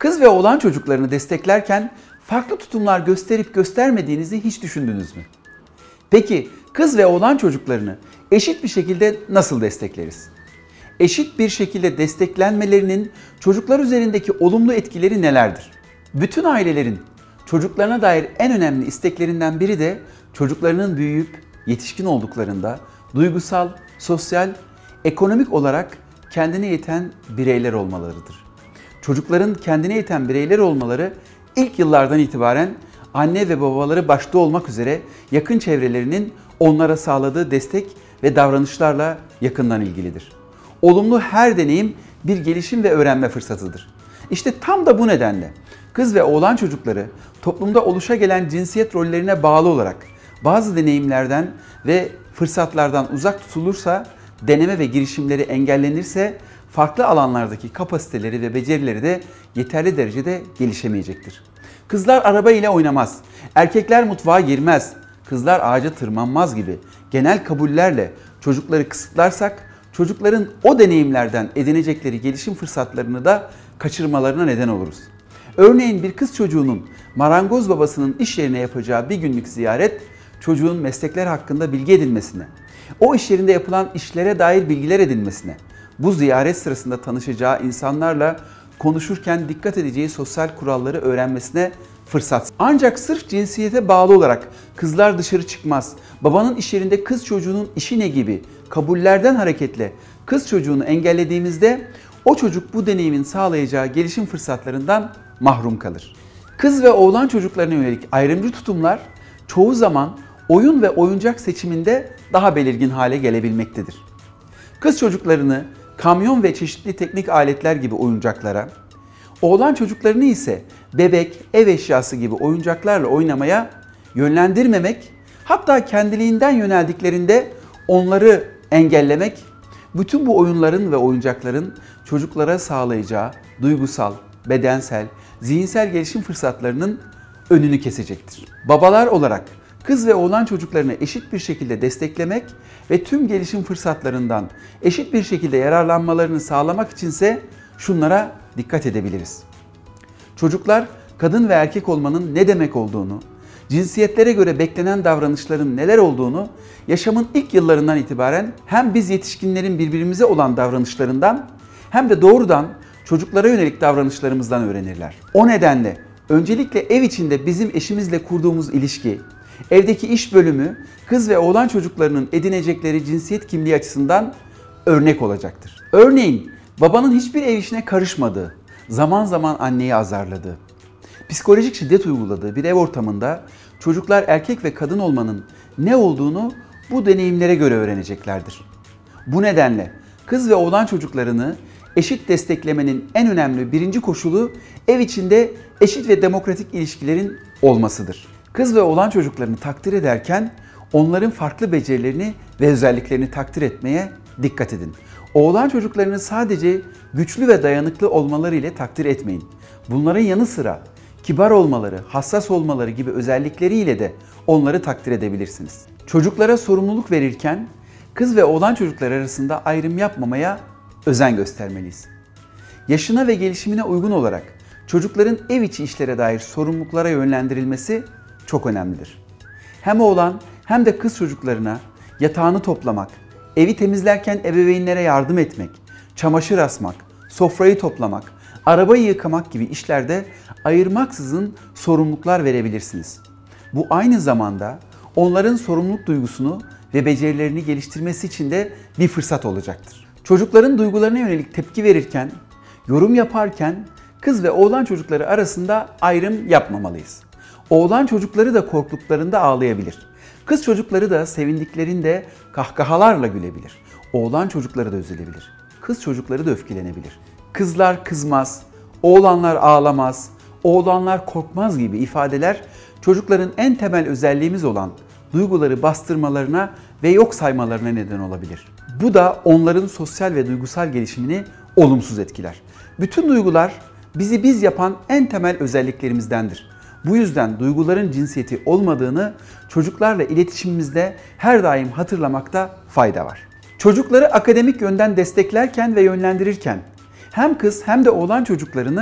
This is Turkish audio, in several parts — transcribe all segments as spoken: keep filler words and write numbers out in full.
Kız ve oğlan çocuklarını desteklerken farklı tutumlar gösterip göstermediğinizi hiç düşündünüz mü? Peki kız ve oğlan çocuklarını eşit bir şekilde nasıl destekleriz? Eşit bir şekilde desteklenmelerinin çocuklar üzerindeki olumlu etkileri nelerdir? Bütün ailelerin çocuklarına dair en önemli isteklerinden biri de çocuklarının büyüyüp yetişkin olduklarında duygusal, sosyal, ekonomik olarak kendine yeten bireyler olmalarıdır. Çocukların kendine yeten bireyler olmaları ilk yıllardan itibaren anne ve babaları başta olmak üzere yakın çevrelerinin onlara sağladığı destek ve davranışlarla yakından ilgilidir. Olumlu her deneyim bir gelişim ve öğrenme fırsatıdır. İşte tam da bu nedenle kız ve oğlan çocukları toplumda oluşagelen cinsiyet rollerine bağlı olarak bazı deneyimlerden ve fırsatlardan uzak tutulursa, deneme ve girişimleri engellenirse farklı alanlardaki kapasiteleri ve becerileri de yeterli derecede gelişemeyecektir. Kızlar araba ile oynamaz, erkekler mutfağa girmez, kızlar ağaca tırmanmaz gibi genel kabullerle çocukları kısıtlarsak, çocukların o deneyimlerden edinecekleri gelişim fırsatlarını da kaçırmalarına neden oluruz. Örneğin bir kız çocuğunun marangoz babasının iş yerine yapacağı bir günlük ziyaret, çocuğun meslekler hakkında bilgi edinmesine, o iş yerinde yapılan işlere dair bilgiler edinmesine, bu ziyaret sırasında tanışacağı insanlarla konuşurken dikkat edeceği sosyal kuralları öğrenmesine fırsat. Ancak sırf cinsiyete bağlı olarak kızlar dışarı çıkmaz, babanın iş yerinde kız çocuğunun işi ne gibi kabullerden hareketle kız çocuğunu engellediğimizde o çocuk bu deneyimin sağlayacağı gelişim fırsatlarından mahrum kalır. Kız ve oğlan çocuklarına yönelik ayrımcı tutumlar çoğu zaman oyun ve oyuncak seçiminde daha belirgin hale gelebilmektedir. Kız çocuklarını kamyon ve çeşitli teknik aletler gibi oyuncaklara, oğlan çocuklarını ise bebek, ev eşyası gibi oyuncaklarla oynamaya yönlendirmemek, hatta kendiliğinden yöneldiklerinde onları engellemek, bütün bu oyunların ve oyuncakların çocuklara sağlayacağı duygusal, bedensel, zihinsel gelişim fırsatlarının önünü kesecektir. Babalar olarak kız ve oğlan çocuklarını eşit bir şekilde desteklemek ve tüm gelişim fırsatlarından eşit bir şekilde yararlanmalarını sağlamak içinse şunlara dikkat edebiliriz. Çocuklar kadın ve erkek olmanın ne demek olduğunu, cinsiyetlere göre beklenen davranışların neler olduğunu yaşamın ilk yıllarından itibaren hem biz yetişkinlerin birbirimize olan davranışlarından hem de doğrudan çocuklara yönelik davranışlarımızdan öğrenirler. O nedenle öncelikle ev içinde bizim eşimizle kurduğumuz ilişki, evdeki iş bölümü kız ve oğlan çocuklarının edinecekleri cinsiyet kimliği açısından örnek olacaktır. Örneğin babanın hiçbir ev işine karışmadığı, zaman zaman anneyi azarladığı, psikolojik şiddet uyguladığı bir ev ortamında çocuklar erkek ve kadın olmanın ne olduğunu bu deneyimlere göre öğreneceklerdir. Bu nedenle kız ve oğlan çocuklarını eşit desteklemenin en önemli birinci koşulu ev içinde eşit ve demokratik ilişkilerin olmasıdır. Kız ve oğlan çocuklarını takdir ederken onların farklı becerilerini ve özelliklerini takdir etmeye dikkat edin. Oğlan çocuklarını sadece güçlü ve dayanıklı olmaları ile takdir etmeyin. Bunların yanı sıra kibar olmaları, hassas olmaları gibi özellikleriyle de onları takdir edebilirsiniz. Çocuklara sorumluluk verirken kız ve oğlan çocuklar arasında ayrım yapmamaya özen göstermeliyiz. Yaşına ve gelişimine uygun olarak çocukların ev içi işlere dair sorumluluklara yönlendirilmesi çok önemlidir. Hem oğlan hem de kız çocuklarına yatağını toplamak, evi temizlerken ebeveynlere yardım etmek, çamaşır asmak, sofrayı toplamak, arabayı yıkamak gibi işlerde ayırmaksızın sorumluluklar verebilirsiniz. Bu aynı zamanda onların sorumluluk duygusunu ve becerilerini geliştirmesi için de bir fırsat olacaktır. Çocukların duygularına yönelik tepki verirken, yorum yaparken kız ve oğlan çocukları arasında ayrım yapmamalıyız. Oğlan çocukları da korktuklarında ağlayabilir. Kız çocukları da sevindiklerinde kahkahalarla gülebilir. Oğlan çocukları da üzülebilir. Kız çocukları da öfkelenebilir. Kızlar kızmaz, oğlanlar ağlamaz, oğlanlar korkmaz gibi ifadeler çocukların en temel özelliğimiz olan duyguları bastırmalarına ve yok saymalarına neden olabilir. Bu da onların sosyal ve duygusal gelişimini olumsuz etkiler. Bütün duygular bizi biz yapan en temel özelliklerimizdendir. Bu yüzden duyguların cinsiyeti olmadığını çocuklarla iletişimimizde her daim hatırlamakta fayda var. Çocukları akademik yönden desteklerken ve yönlendirirken hem kız hem de oğlan çocuklarını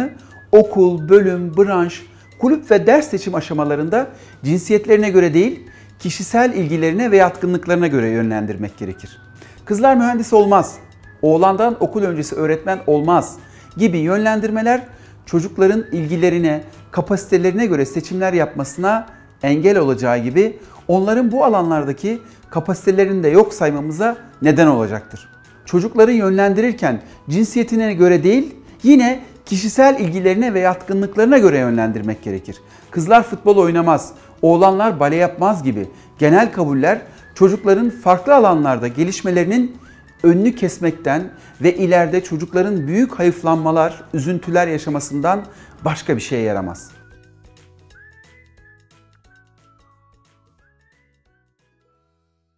okul, bölüm, branş, kulüp ve ders seçim aşamalarında cinsiyetlerine göre değil, kişisel ilgilerine ve yatkınlıklarına göre yönlendirmek gerekir. Kızlar mühendis olmaz, oğlandan okul öncesi öğretmen olmaz gibi yönlendirmeler çocukların ilgilerine, kapasitelerine göre seçimler yapmasına engel olacağı gibi onların bu alanlardaki kapasitelerini de yok saymamıza neden olacaktır. Çocukları yönlendirirken cinsiyetine göre değil, yine kişisel ilgilerine ve yatkınlıklarına göre yönlendirmek gerekir. Kızlar futbol oynamaz, oğlanlar bale yapmaz gibi genel kabuller çocukların farklı alanlarda gelişmelerinin önünü kesmekten ve ileride çocukların büyük hayıflanmalar, üzüntüler yaşamasından başka bir şeye yaramaz.